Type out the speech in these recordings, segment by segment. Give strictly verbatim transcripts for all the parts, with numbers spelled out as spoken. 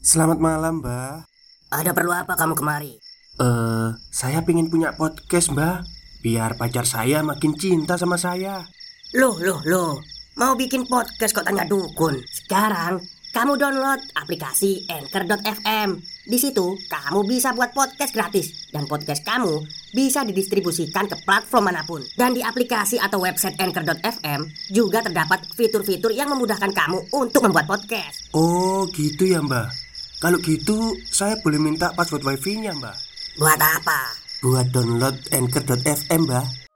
Selamat malam, Mbak. Ada perlu apa kamu kemari? Eh, saya pengen punya podcast, Mbak. Biar pacar saya makin cinta sama saya. Loh, loh, loh. Mau bikin podcast kok tanya dukun? Sekarang kamu download aplikasi Anchor dot f m. Di situ kamu bisa buat podcast gratis dan podcast kamu bisa didistribusikan ke platform manapun. Dan di aplikasi atau website Anchor dot f m juga terdapat fitur-fitur yang memudahkan kamu untuk membuat podcast. Oh, gitu ya, Mbak. Kalau gitu, saya boleh minta password wifi-nya, Mbak. Buat apa? Buat download Anchor dot f m, Mbak.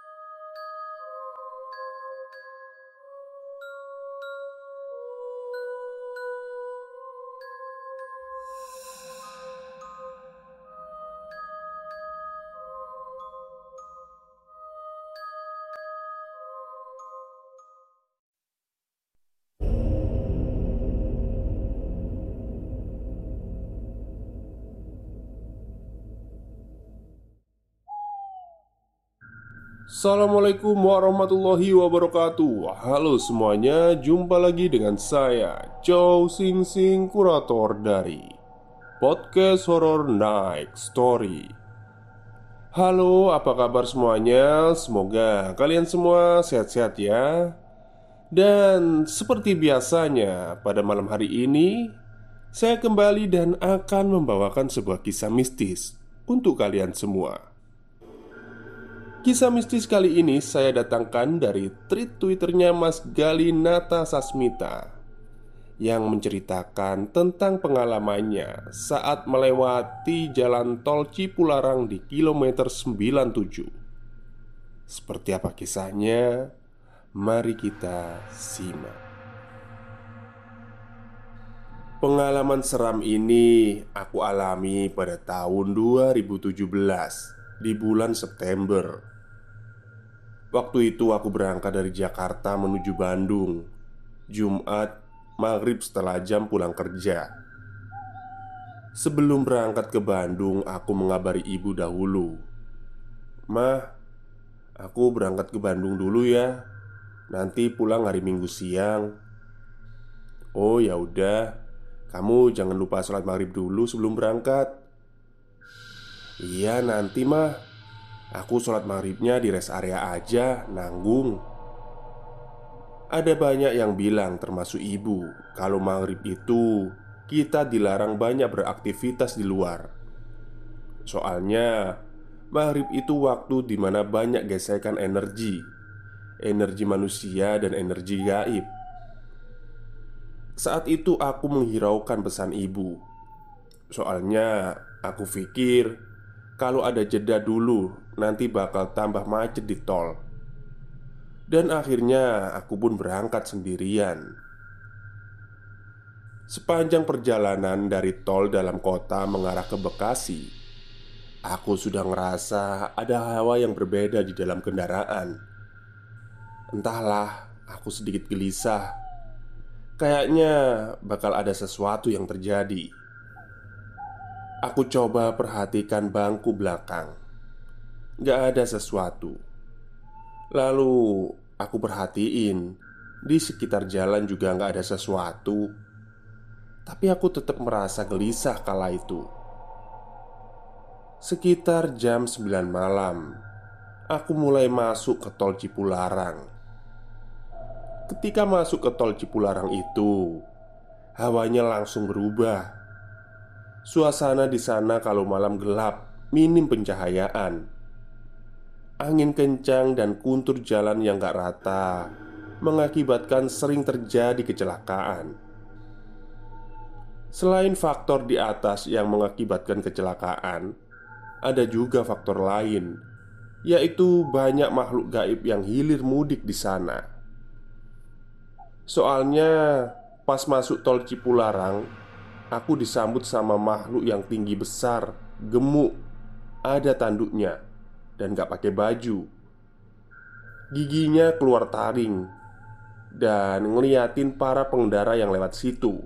Assalamualaikum warahmatullahi wabarakatuh. Halo semuanya, jumpa lagi dengan saya Chow Sing Sing, kurator dari Podcast Horror Night Story. Halo, apa kabar semuanya? Semoga kalian semua sehat-sehat ya. Dan seperti biasanya, pada malam hari ini saya kembali dan akan membawakan sebuah kisah mistis untuk kalian semua. Kisah mistis kali ini saya datangkan dari tweet Twitternya Mas Galinata Sasmita yang menceritakan tentang pengalamannya saat melewati jalan tol Cipularang di kilometer sembilan puluh tujuh. Seperti apa kisahnya? Mari kita simak. Pengalaman seram ini aku alami pada tahun dua ribu tujuh belas di bulan September. Waktu itu aku berangkat dari Jakarta menuju Bandung Jumat maghrib setelah jam pulang kerja. Sebelum berangkat ke Bandung, aku mengabari ibu dahulu. "Mah, aku berangkat ke Bandung dulu ya. Nanti pulang hari Minggu siang." "Oh ya udah, kamu jangan lupa sholat maghrib dulu sebelum berangkat." "Iya nanti mah, aku sholat maghribnya di rest area aja, nanggung." Ada banyak yang bilang termasuk ibu kalau maghrib itu kita dilarang banyak beraktivitas di luar. Soalnya maghrib itu waktu dimana banyak gesekan energi Energi manusia dan energi gaib. Saat itu aku menghiraukan pesan ibu. Soalnya aku pikir kalau ada jeda dulu nanti bakal tambah macet di tol. Dan akhirnya aku pun berangkat sendirian. Sepanjang perjalanan dari tol dalam kota mengarah ke Bekasi, aku sudah ngerasa ada hawa yang berbeda di dalam kendaraan. Entahlah, aku sedikit gelisah. Kayaknya bakal ada sesuatu yang terjadi. Aku coba perhatikan bangku belakang. Gak ada sesuatu. Lalu aku perhatiin di sekitar jalan juga gak ada sesuatu. Tapi aku tetap merasa gelisah kala itu. Sekitar jam sembilan malam, aku mulai masuk ke tol Cipularang. Ketika masuk ke tol Cipularang itu, hawanya langsung berubah. Suasana di sana kalau malam gelap, minim pencahayaan. Angin kencang dan kuntur jalan yang gak rata mengakibatkan sering terjadi kecelakaan. Selain faktor di atas yang mengakibatkan kecelakaan, ada juga faktor lain, yaitu banyak makhluk gaib yang hilir mudik di sana. Soalnya pas masuk tol Cipularang, aku disambut sama makhluk yang tinggi besar, gemuk, ada tanduknya, dan gak pakai baju. Giginya keluar taring dan ngeliatin para pengendara yang lewat situ.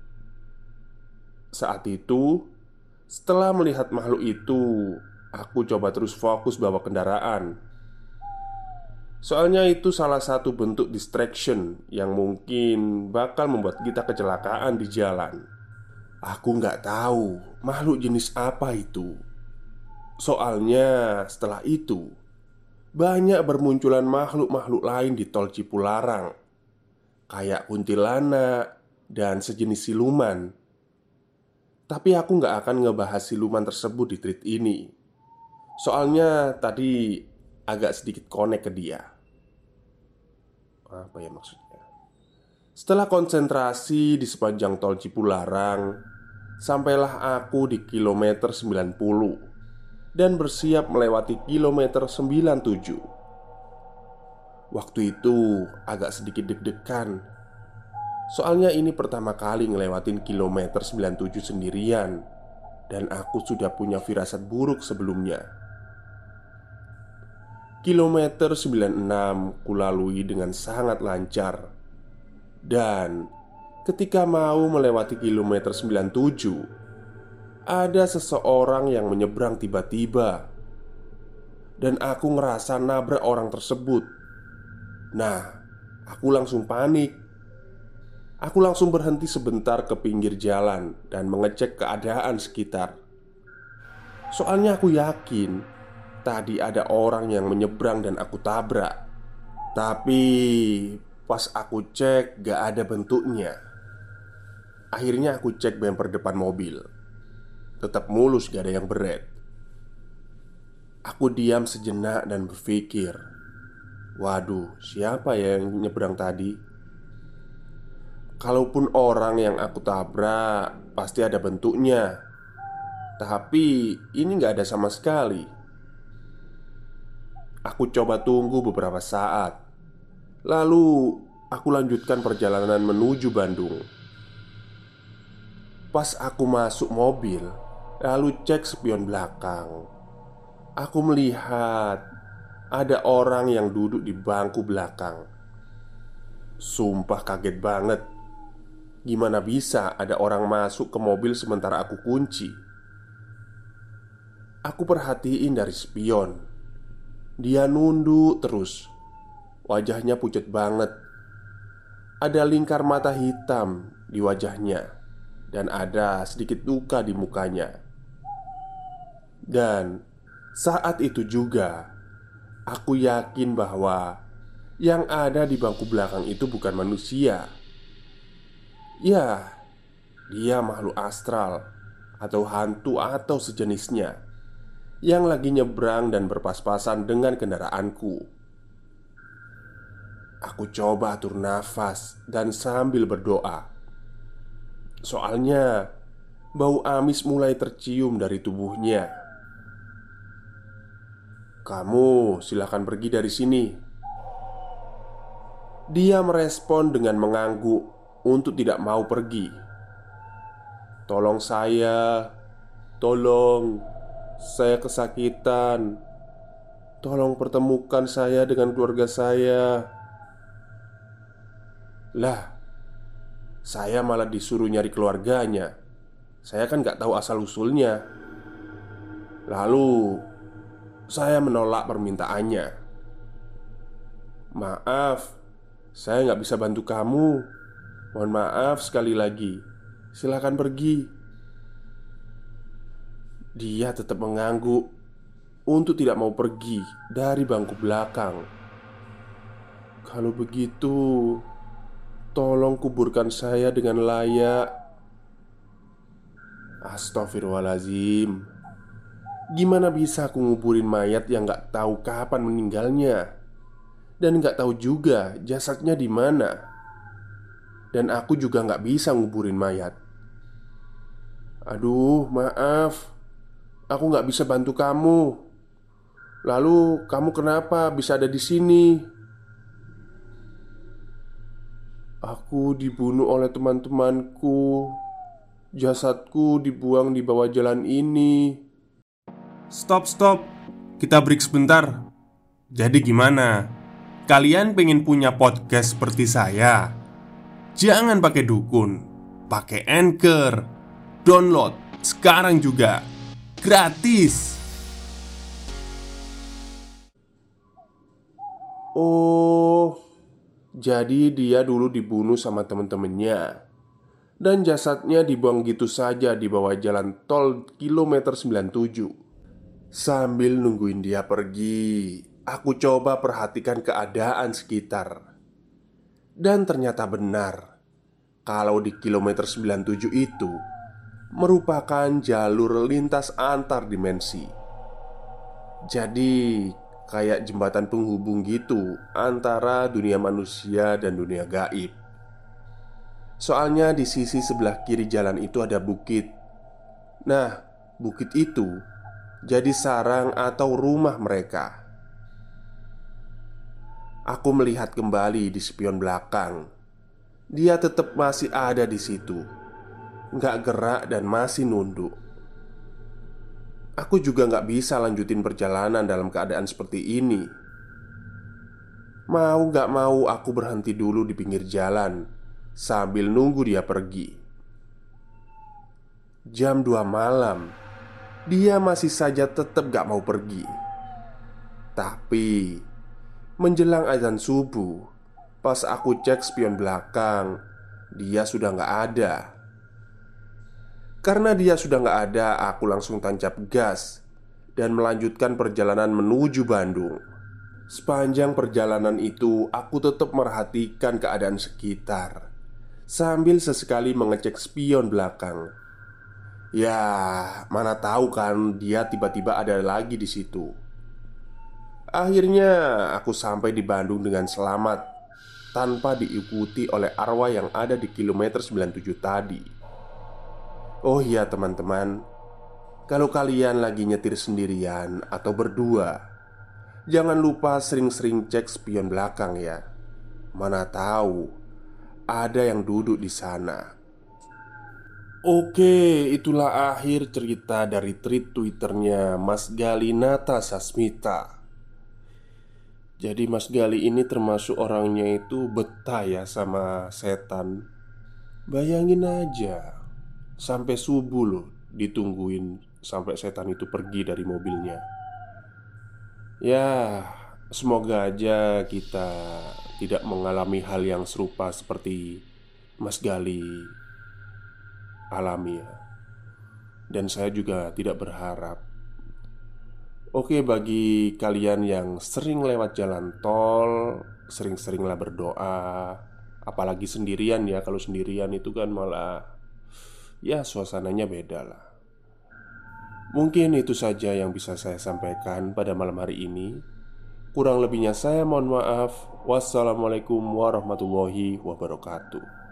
Saat itu, setelah melihat makhluk itu, aku coba terus fokus bawa kendaraan. Soalnya itu salah satu bentuk distraction yang mungkin bakal membuat kita kecelakaan di jalan. Aku nggak tahu makhluk jenis apa itu. Soalnya setelah itu banyak bermunculan makhluk-makhluk lain di tol Cipularang, kayak kuntilanak dan sejenis siluman. Tapi aku nggak akan ngebahas siluman tersebut di tweet ini. Soalnya tadi agak sedikit connect ke dia. Apa ya maksudnya? Setelah konsentrasi di sepanjang tol Cipularang, sampailah aku di kilometer sembilan puluh dan bersiap melewati kilometer sembilan puluh tujuh. Waktu itu agak sedikit deg-degan. Soalnya ini pertama kali ngelewatin kilometer sembilan puluh tujuh sendirian, dan aku sudah punya firasat buruk sebelumnya. Kilometer sembilan puluh enam kulalui dengan sangat lancar. Dan ketika mau melewati kilometer sembilan puluh tujuh, ada seseorang yang menyeberang tiba-tiba. Dan aku ngerasa nabrak orang tersebut. Nah, aku langsung panik. Aku langsung berhenti sebentar ke pinggir jalan dan mengecek keadaan sekitar. Soalnya aku yakin tadi ada orang yang menyeberang dan aku tabrak. Tapi pas aku cek gak ada bentuknya. Akhirnya aku cek bemper depan mobil. Tetap mulus, gak ada yang beret. Aku diam sejenak dan berpikir, waduh, siapa ya yang nyebrang tadi? Kalaupun orang yang aku tabrak, pasti ada bentuknya. Tapi ini gak ada sama sekali. Aku coba tunggu beberapa saat. Lalu aku lanjutkan perjalanan menuju Bandung. Pas aku masuk mobil, lalu cek spion belakang, aku melihat ada orang yang duduk di bangku belakang. Sumpah kaget banget. Gimana bisa ada orang masuk ke mobil sementara aku kunci? Aku perhatiin dari spion. Dia nunduk terus. Wajahnya pucat banget. Ada lingkar mata hitam di wajahnya. Dan ada sedikit luka di mukanya. Dan saat itu juga aku yakin bahwa yang ada di bangku belakang itu bukan manusia. Ya, dia makhluk astral atau hantu atau sejenisnya yang lagi nyebrang dan berpas-pasan dengan kendaraanku. Aku coba atur nafas dan sambil berdoa. Soalnya bau amis mulai tercium dari tubuhnya. "Kamu silakan pergi dari sini." Dia merespon dengan mengangguk untuk tidak mau pergi. "Tolong saya, tolong, saya kesakitan. Tolong pertemukan saya dengan keluarga saya." Lah, saya malah disuruh nyari keluarganya. Saya kan gak tahu asal-usulnya. Lalu saya menolak permintaannya. "Maaf, saya gak bisa bantu kamu. Mohon maaf sekali lagi. Silakan pergi." Dia tetap mengangguk untuk tidak mau pergi dari bangku belakang. "Kalau begitu, tolong kuburkan saya dengan layak." Astagfirullahaladzim. Gimana bisa aku nguburin mayat yang gak tahu kapan meninggalnya, dan gak tahu juga jasadnya di mana. Dan aku juga gak bisa nguburin mayat. "Aduh, maaf. Aku gak bisa bantu kamu. Lalu kamu kenapa bisa ada di sini?" "Aku dibunuh oleh teman-temanku. Jasadku dibuang di bawah jalan ini." Stop, stop. Kita break sebentar. Jadi gimana? Kalian pengen punya podcast seperti saya? Jangan pakai dukun, pakai Anchor. Download sekarang juga. Gratis. Oh, jadi dia dulu dibunuh sama temen-temennya. dan jasadnya dibuang gitu saja di bawah jalan tol kilometer sembilan puluh tujuh. Sambil nungguin dia pergi, aku coba perhatikan keadaan sekitar. Dan ternyata benar, kalau di kilometer sembilan puluh tujuh itu merupakan jalur lintas antar dimensi. Jadi kayak jembatan penghubung gitu antara dunia manusia dan dunia gaib. Soalnya di sisi sebelah kiri jalan itu ada bukit. Nah, bukit itu jadi sarang atau rumah mereka. Aku melihat kembali di spion belakang. Dia tetap masih ada di situ, nggak gerak dan masih nunduk. Aku juga nggak bisa lanjutin perjalanan dalam keadaan seperti ini. Mau nggak mau aku berhenti dulu di pinggir jalan sambil nunggu dia pergi. Jam dua malam, dia masih saja tetap gak mau pergi. Tapi menjelang azan subuh, pas aku cek spion belakang, dia sudah gak ada. Karena dia sudah gak ada, aku langsung tancap gas dan melanjutkan perjalanan menuju Bandung. Sepanjang perjalanan itu, aku tetap merhatikan keadaan sekitar sambil sesekali mengecek spion belakang. Ya, mana tahu kan dia tiba-tiba ada lagi di situ. Akhirnya aku sampai di Bandung dengan selamat tanpa diikuti oleh arwah yang ada di kilometer sembilan puluh tujuh tadi. Oh iya teman-teman, kalau kalian lagi nyetir sendirian atau berdua, jangan lupa sering-sering cek spion belakang ya. Mana tahu ada yang duduk di sana. Oke, itulah akhir cerita dari tweet Twitternya Mas Gali Nata Sasmita. Jadi Mas Gali ini termasuk orangnya itu betah ya sama setan. Bayangin aja, sampai subuh loh ditungguin sampai setan itu pergi dari mobilnya. Ya, semoga aja kita tidak mengalami hal yang serupa seperti Mas Gali alami ya. Dan saya juga tidak berharap. Oke, bagi kalian yang sering lewat jalan tol, sering-seringlah berdoa. Apalagi sendirian ya. Kalau sendirian itu kan malah, ya suasananya beda lah. Mungkin itu saja yang bisa saya sampaikan pada malam hari ini. Kurang lebihnya saya mohon maaf. Wassalamualaikum warahmatullahi wabarakatuh.